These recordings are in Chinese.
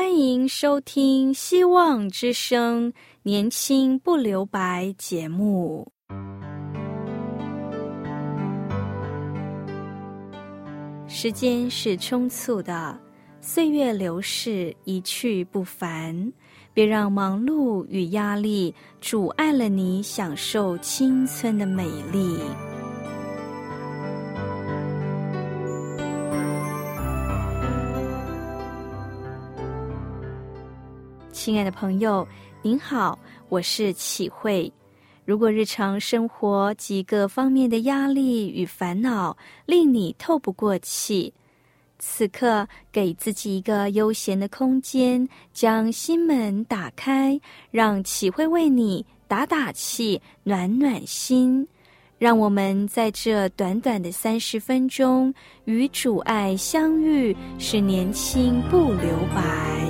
欢迎收听希望之声年轻不留白节目。时间是匆促的，岁月流逝，一去不返。别让忙碌与压力阻碍了你享受青春的美丽。亲爱的朋友，您好，我是启慧。如果日常生活几个方面的压力与烦恼令你透不过气，此刻给自己一个悠闲的空间，将心门打开，让启慧为你打打气，暖暖心。让我们在这短短的30分钟与主爱相遇，使年轻不留白。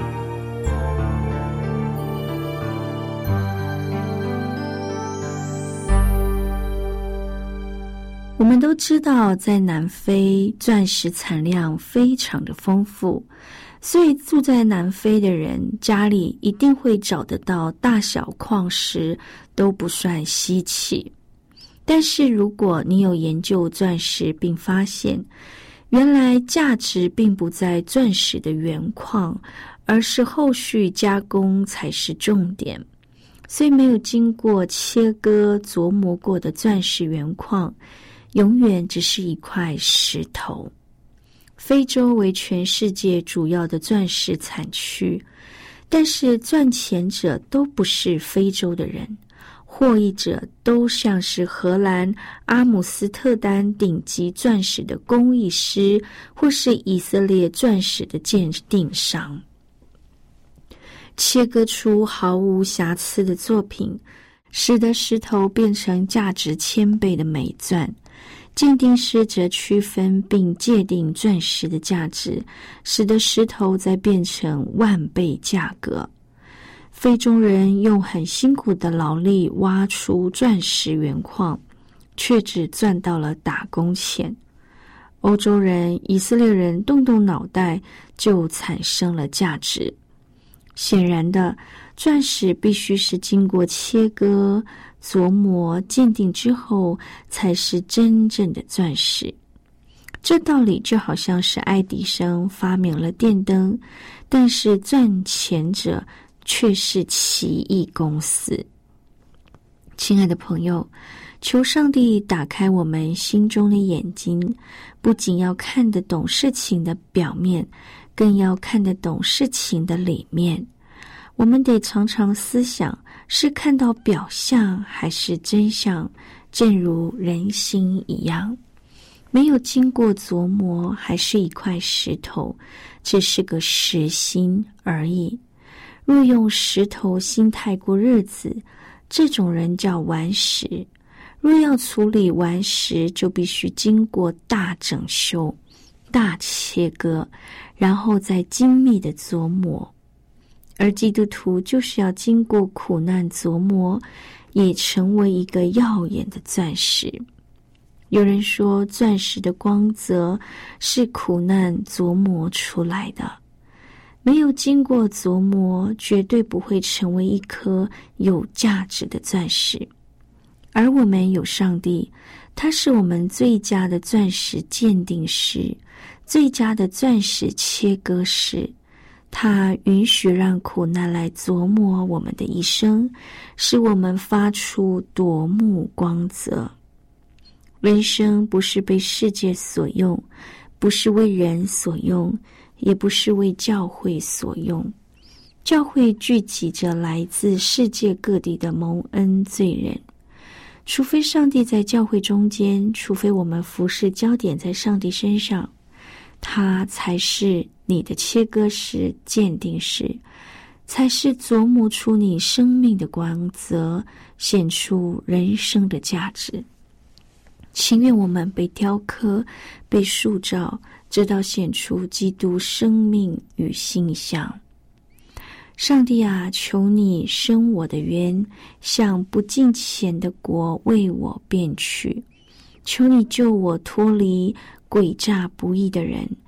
我们都知道，在南非钻石产量非常的丰富，所以住在南非的人家里一定会找得到大小矿石，都不算稀奇。但是如果你有研究钻石并发现，原来价值并不在钻石的原矿，而是后续加工才是重点。所以没有经过切割琢磨过的钻石原矿永远只是一块石头。非洲为全世界主要的钻石产区，但是赚钱者都不是非洲的人，获益者都像是荷兰阿姆斯特丹顶级钻石的工艺师，或是以色列钻石的鉴定商。切割出毫无瑕疵的作品，使得石头变成价值1000倍的美钻。鉴定师则区分并界定钻石的价值，使得石头再变成10000倍价格。非洲人用很辛苦的劳力挖出钻石原矿，却只赚到了打工钱。欧洲人、以色列人动动脑袋就产生了价值。显然的，钻石必须是经过切割、琢磨、鉴定之后，才是真正的钻石。这道理就好像是爱迪生发明了电灯，但是赚钱者却是奇异公司。亲爱的朋友，求上帝打开我们心中的眼睛，不仅要看得懂事情的表面，更要看得懂事情的里面。我们得常常思想，是看到表象还是真相，正如人心一样，没有经过琢磨，还是一块石头，只是个实心而已。若用石头心态过日子，这种人叫顽石。若要处理顽石，就必须经过大整修、大切割，然后再精密的琢磨。而基督徒就是要经过苦难琢磨，也成为一个耀眼的钻石。有人说，钻石的光泽是苦难琢磨出来的，没有经过琢磨，绝对不会成为一颗有价值的钻石。而我们有上帝，他是我们最佳的钻石鉴定师，最佳的钻石切割师。他允许让苦难来琢磨我们的一生，使我们发出夺目光泽。人生不是被世界所用，不是为人所用，也不是为教会所用。教会聚集着来自世界各地的蒙恩罪人，除非上帝在教会中间，除非我们服事焦点在上帝身上，他才是你的切割师、鉴定师，才是琢磨出你生命的光泽，显出人生的价值。情愿我们被雕刻、被塑造，直到显出基督生命与形象。上帝啊，求你伸我的冤，向不敬虔的国为我辩取。求你救我脱离诡诈不义的人，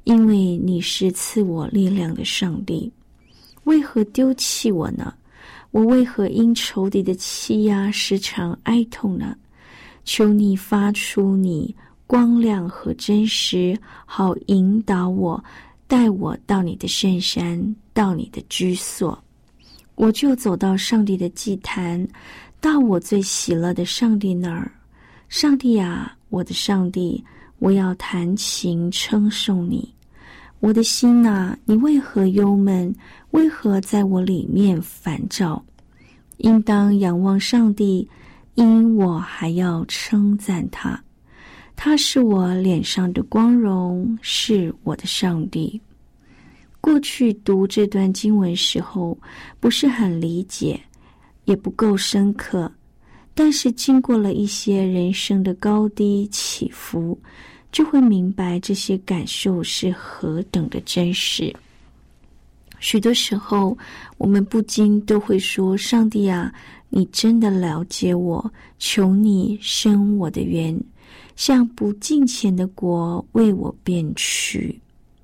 因为你是赐我力量的上帝。为何丢弃我呢？我为何因仇敌的欺压时常哀痛呢？求你发出你光亮和真实，好引导我，带我到你的圣山，到你的居所。我就走到上帝的祭坛，到我最喜乐的上帝那儿。上帝啊，我的上帝，我要弹琴称颂你。我的心啊，你为何忧闷？为何在我里面烦躁？应当仰望上帝，因我还要称赞他。他是我脸上的光荣，是我的上帝。过去读这段经文时候，不是很理解，也不够深刻，但是经过了一些人生的高低起伏，就会明白这些感受是何等的真实。许多时候，我们不禁都会说：上帝啊，你真的了解我，求你伸我的冤，向不敬虔的国为我辩屈。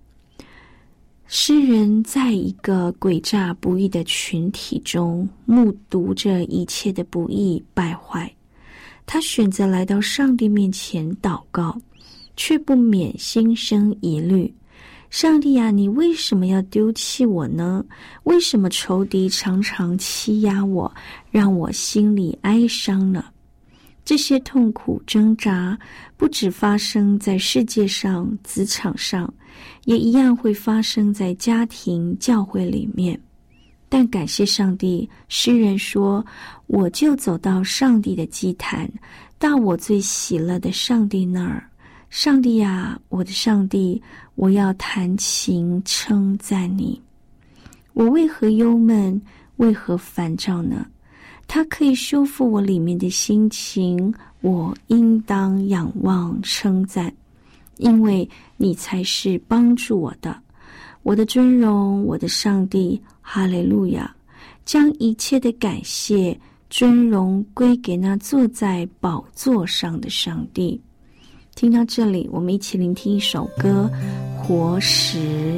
诗人在一个诡诈不义的群体中，目睹着一切的不义败坏，他选择来到上帝面前祷告，却不免心生疑虑。上帝啊，你为什么要丢弃我呢？为什么仇敌常常欺压我，让我心里哀伤呢？这些痛苦挣扎不只发生在世界上、职场上，也一样会发生在家庭、教会里面。但感谢上帝，诗人说：我就走到上帝的祭坛，到我最喜乐的上帝那儿。上帝啊，我的上帝，我要弹琴称赞你。我为何忧闷？为何烦躁呢？它可以修复我里面的心情，我应当仰望称赞，因为你才是帮助我的。我的尊荣，我的上帝，哈利路亚！将一切的感谢、尊荣归给那坐在宝座上的上帝。听到这里，我们一起聆听一首歌《活石》。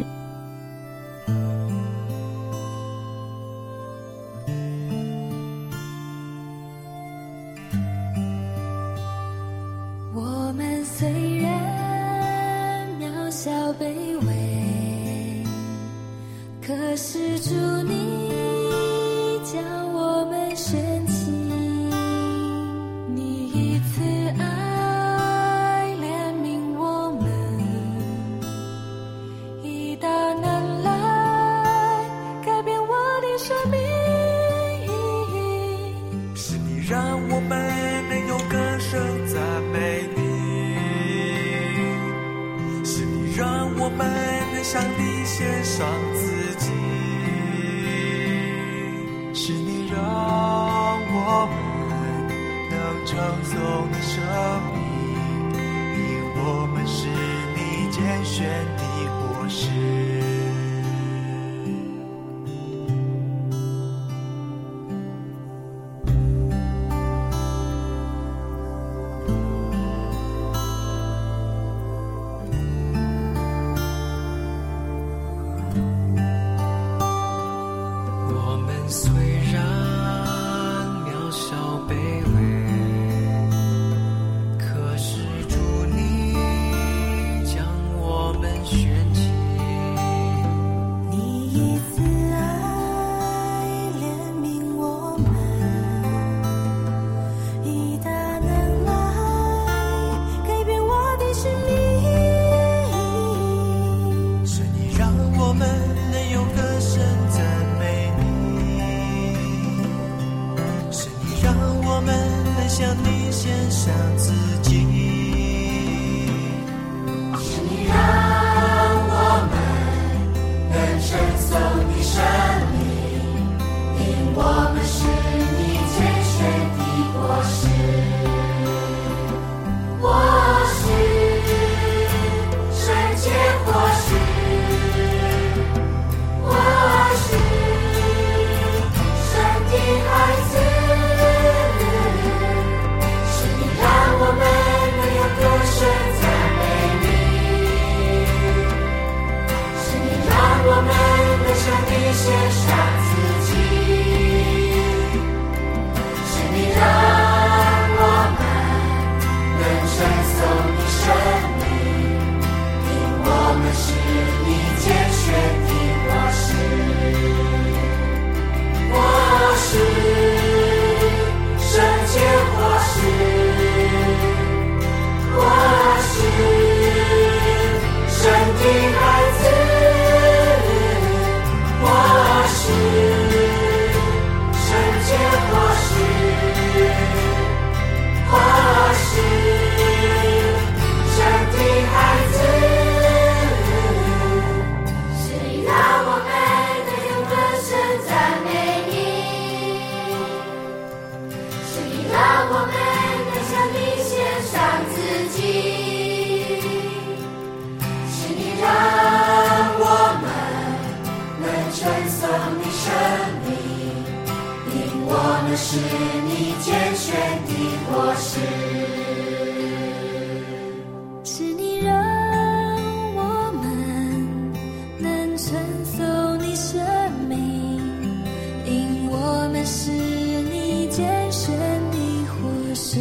我们虽然渺小卑微，可是主你将我们选起，你以慈爱怜悯我们，以大能来改变我的生命。 是你让我们能有歌声赞美你，是你让我们能向你献上自己，是你让我们能称颂你生命，因我们是你拣选的活石。虽然渺小卑微，可是主你将我们选起， 你以慈爱怜悯我们，以大能来改变我的生命。 是你让我们能有歌声赞美你，让我们能向你献上自己， 是你让我们能称颂你生命，因我们是你拣选的活石。我是圣洁活石，我是神的孩子。我们能有歌声赞美你， 称颂你生命，因我们是你拣选的果实。 是你让我们能承受你生命，因我们是你拣选的果实。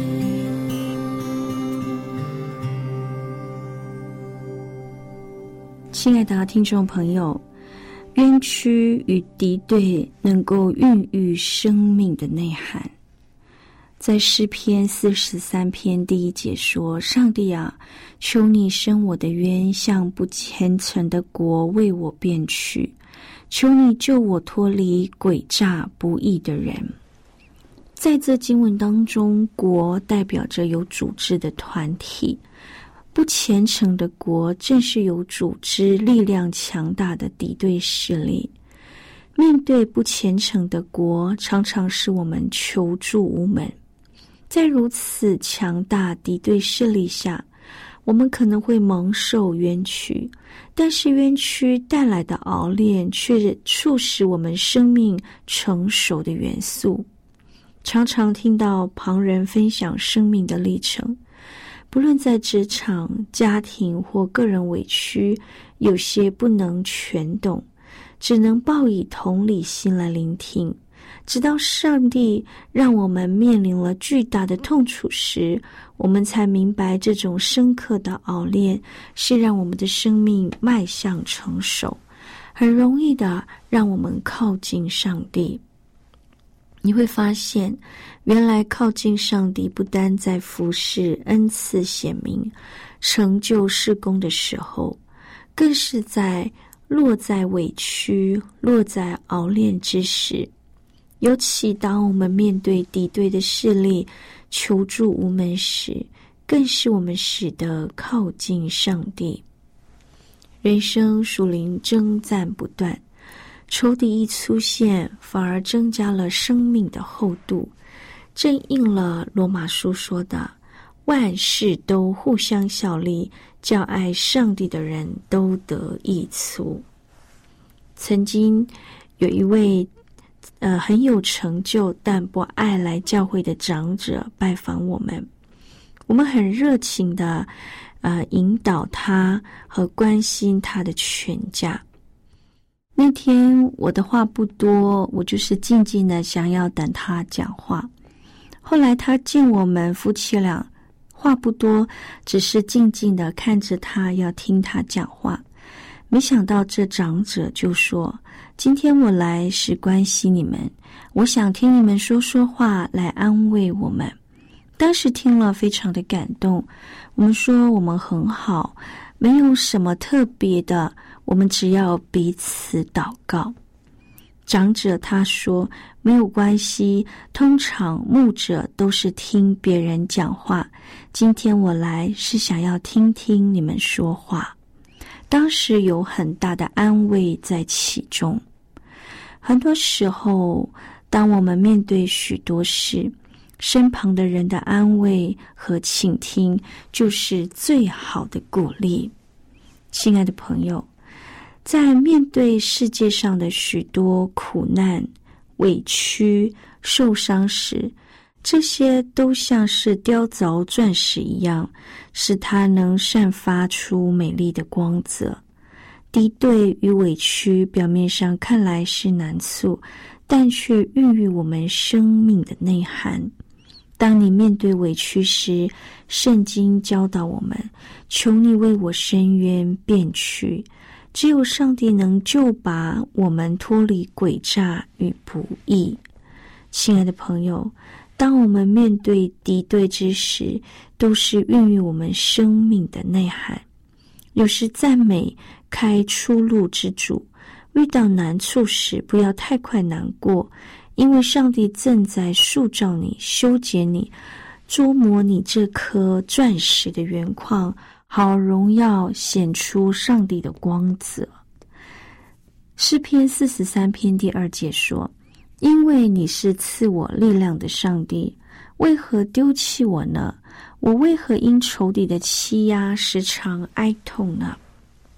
亲爱的听众朋友，冤屈与敌对能够孕育生命的内涵。在诗篇43篇第1节说，上帝啊，求你伸我的冤，向不虔诚的国为我辩屈，求你救我脱离诡诈不义的人。在这经文当中，国代表着有组织的团体，不虔诚的国正是有组织、力量强大的敌对势力。面对不虔诚的国，常常是我们求助无门。在如此强大敌对势力下，我们可能会蒙受冤屈，但是冤屈带来的熬炼却促使我们生命成熟的元素。常常听到旁人分享生命的历程，不论在职场、家庭或个人委屈，有些不能全懂，只能抱以同理心来聆听，直到上帝让我们面临了巨大的痛楚时，我们才明白这种深刻的熬炼是让我们的生命迈向成熟，很容易的让我们靠近上帝。你会发现，原来靠近上帝不单在服事、恩赐显明、成就事工的时候，更是在落在委屈、落在熬炼之时。尤其当我们面对敌对的势力求助无门时，更是我们使得靠近上帝。人生属灵征战不断，仇敌一出现，反而增加了生命的厚度，正应了罗马书说的，万事都互相效力，叫爱上帝的人都得益处。曾经有一位很有成就但不爱来教会的长者拜访我们很热情的引导他和关心他的全家。那天我的话不多，我就是静静的想要等他讲话。后来他见我们夫妻俩话不多，只是静静的看着他，要听他讲话。没想到这长者就说，今天我来是关心你们，我想听你们说说话来安慰我们。当时听了非常的感动，我们说我们很好，没有什么特别的，我们只要彼此祷告。长者他说，没有关系，通常牧者都是听别人讲话，今天我来是想要听听你们说话。当时有很大的安慰在其中。很多时候，当我们面对许多事，身旁的人的安慰和倾听就是最好的鼓励。亲爱的朋友，在面对世界上的许多苦难、委屈、受伤时，这些都像是雕凿钻石一样，使它能散发出美丽的光泽。敌对与委屈表面上看来是难处，但却孕育我们生命的内涵。当你面对委屈时，圣经教导我们，求你为我伸冤辩屈。只有上帝能救拔我们脱离诡诈与不义。亲爱的朋友，当我们面对敌对之时，都是孕育我们生命的内涵。有时赞美开出路之主，遇到难处时不要太快难过，因为上帝正在塑造你、修剪你、琢磨你这颗钻石的原矿，好荣耀显出上帝的光泽。诗篇43篇第2节说，因为你是赐我力量的上帝，为何丢弃我呢？我为何因仇敌的欺压时常哀痛呢？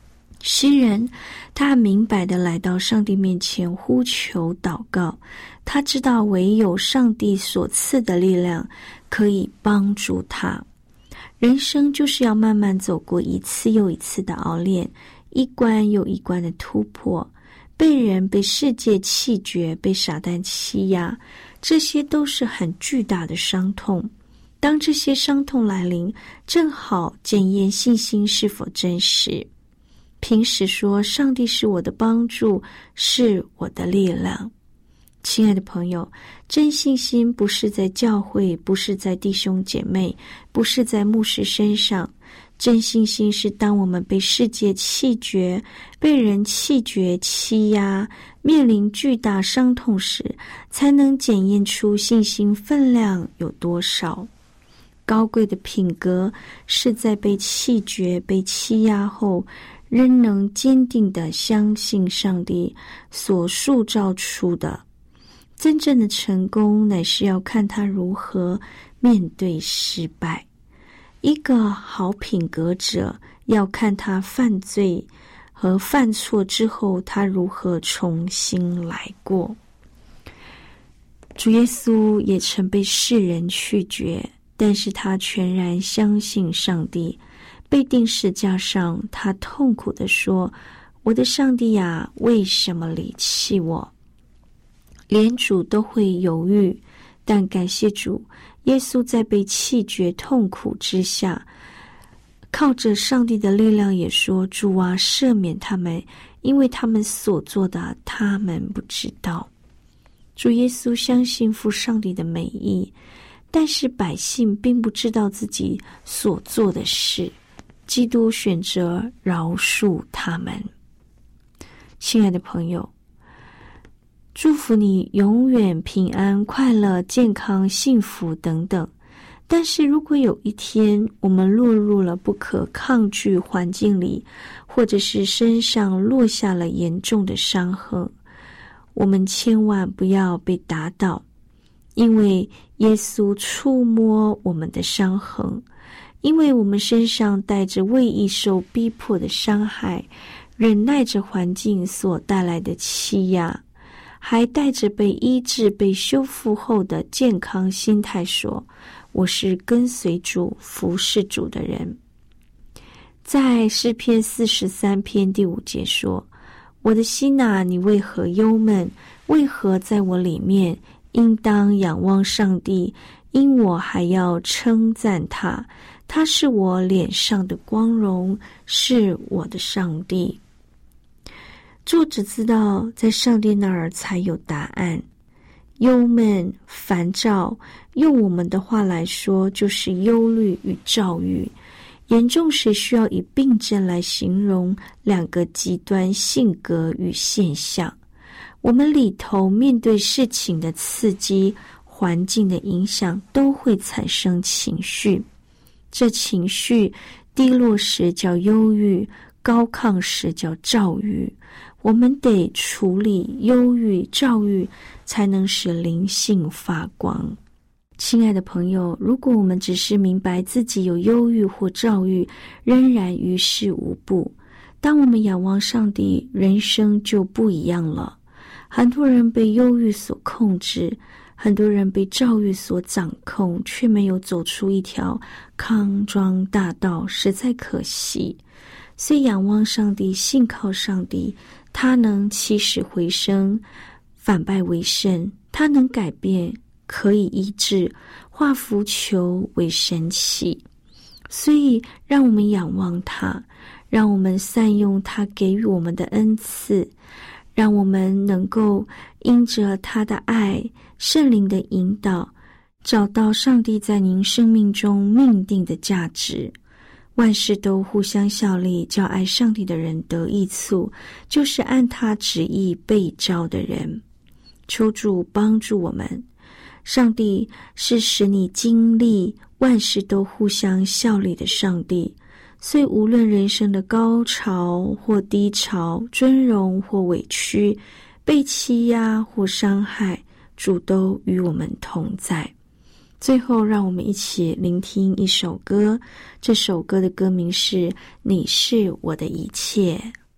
诗人他很明白地来到上帝面前呼求祷告，他知道唯有上帝所赐的力量可以帮助他。人生就是要慢慢走过一次又一次的熬炼，一关又一关的突破，被人被世界弃绝，被撒旦欺压，这些都是很巨大的伤痛。当这些伤痛来临，正好检验信心是否真实。平时说上帝是我的帮助，是我的力量。亲爱的朋友，真信心不是在教会，不是在弟兄姐妹，不是在牧师身上。真信心是当我们被世界弃绝，被人弃绝欺压，面临巨大伤痛时，才能检验出信心分量有多少。高贵的品格是在被弃绝被欺压后，仍能坚定地相信上帝所塑造出的。真正的成功乃是要看他如何面对失败。一个好品格者要看他犯罪和犯错之后，他如何重新来过。主耶稣也曾被世人拒绝，但是他全然相信上帝。被钉十架上，他痛苦地说：我的上帝呀，为什么离弃我？连主都会犹豫，但感谢主，耶稣在被弃绝痛苦之下，靠着上帝的力量也说：主啊，赦免他们，因为他们所做的他们不知道。主耶稣相信父上帝的美意，但是百姓并不知道自己所做的事。基督选择饶恕他们。亲爱的朋友，祝福你永远平安、快乐、健康、幸福等等。但是如果有一天我们落入了不可抗拒环境里，或者是身上落下了严重的伤痕，我们千万不要被打倒，因为耶稣触摸我们的伤痕，因为我们身上带着为义受逼迫的伤害，忍耐着环境所带来的欺压，还带着被医治、被修复后的健康心态说：我是跟随主、服侍主的人。在诗篇43篇第5节说：我的心啊，你为何忧闷？为何在我里面？应当仰望上帝，因我还要称赞他。他是我脸上的光荣，是我的上帝。作者知道在上帝那儿才有答案。忧闷、烦躁，用我们的话来说就是忧虑与躁郁，严重时需要以病症来形容两个极端性格与现象。我们里头面对事情的刺激、环境的影响，都会产生情绪。这情绪低落时叫忧郁，高亢时叫躁郁。我们得处理忧郁、躁郁，才能使灵性发光。亲爱的朋友，如果我们只是明白自己有忧郁或躁郁，仍然于事无补，当我们仰望上帝，人生就不一样了。很多人被忧郁所控制，很多人被躁郁所掌控，却没有走出一条康庄大道，实在可惜。虽仰望上帝，信靠上帝，他能起死回生，反败为胜，他能改变，可以医治，化腐朽为神奇。所以让我们仰望他，让我们善用他给予我们的恩赐，让我们能够因着他的爱、圣灵的引导，找到上帝在您生命中命定的价值。万事都互相效力，叫爱上帝的人得益处，就是按他旨意被召的人。求主帮助我们。上帝是使你经历万事都互相效力的上帝，所以无论人生的高潮或低潮，尊荣或委屈，被欺压或伤害，主都与我们同在。最后让我们一起聆听一首歌，这首歌的歌名是《你是我的一切》。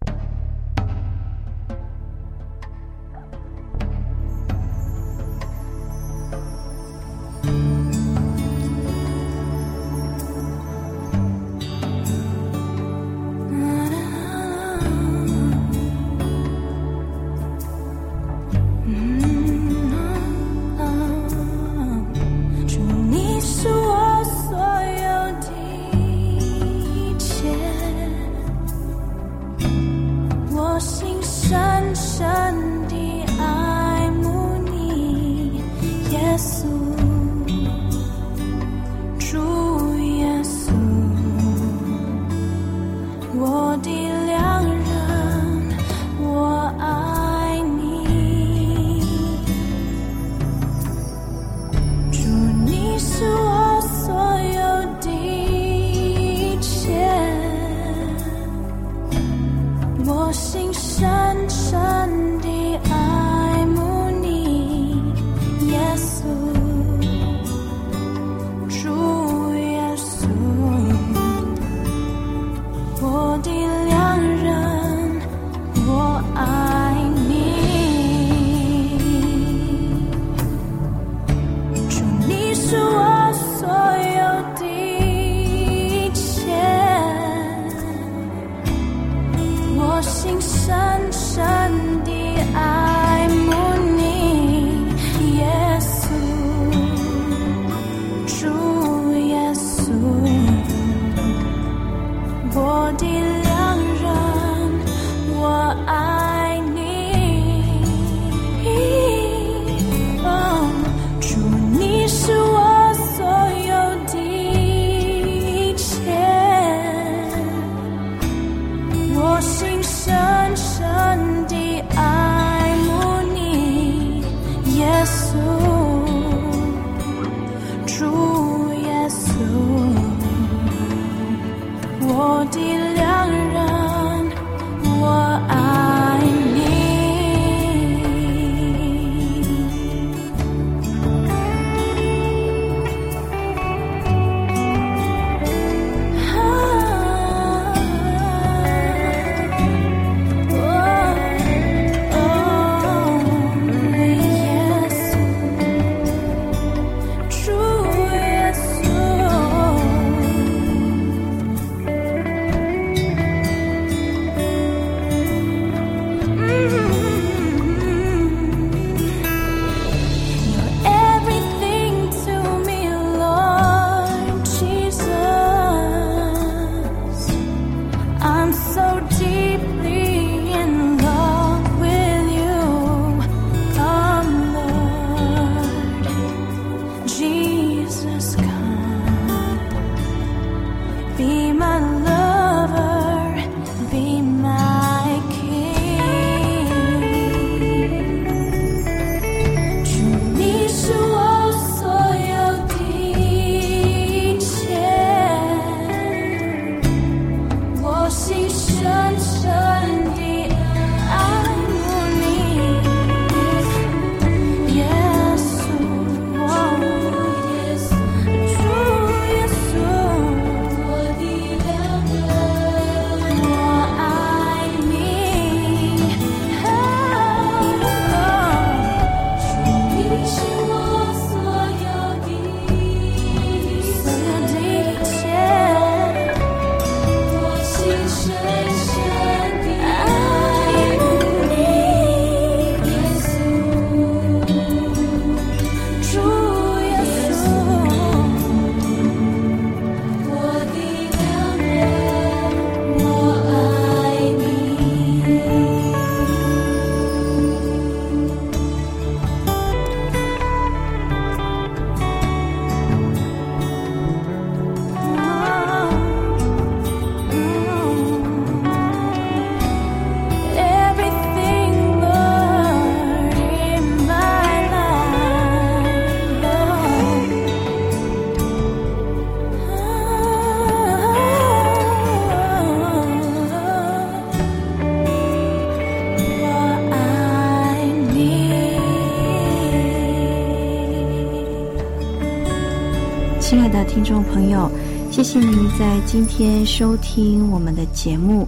亲爱的听众朋友，谢谢您在今天收听我们的节目，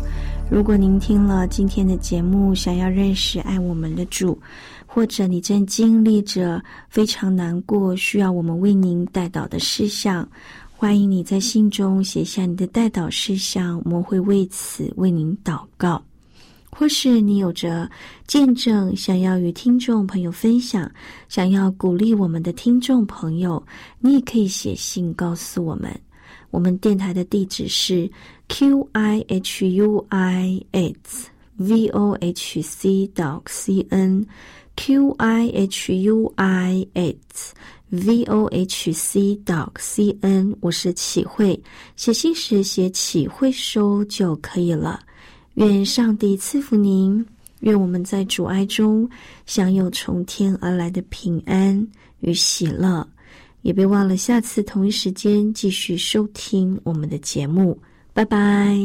如果您听了今天的节目，想要认识爱我们的主，或者你正经历着非常难过，需要我们为您代祷的事项，欢迎你在信中写下你的代祷事项，我们会为此为您祷告。或是你有着见证想要与听众朋友分享，想要鼓励我们的听众朋友，你也可以写信告诉我们。我们电台的地址是 qihui@vohc.cn qihui@vohc.cn， 我是启慧，写信时写启慧收就可以了。愿上帝赐福您，愿我们在主爱中享有从天而来的平安与喜乐。也别忘了下次同一时间继续收听我们的节目，拜拜。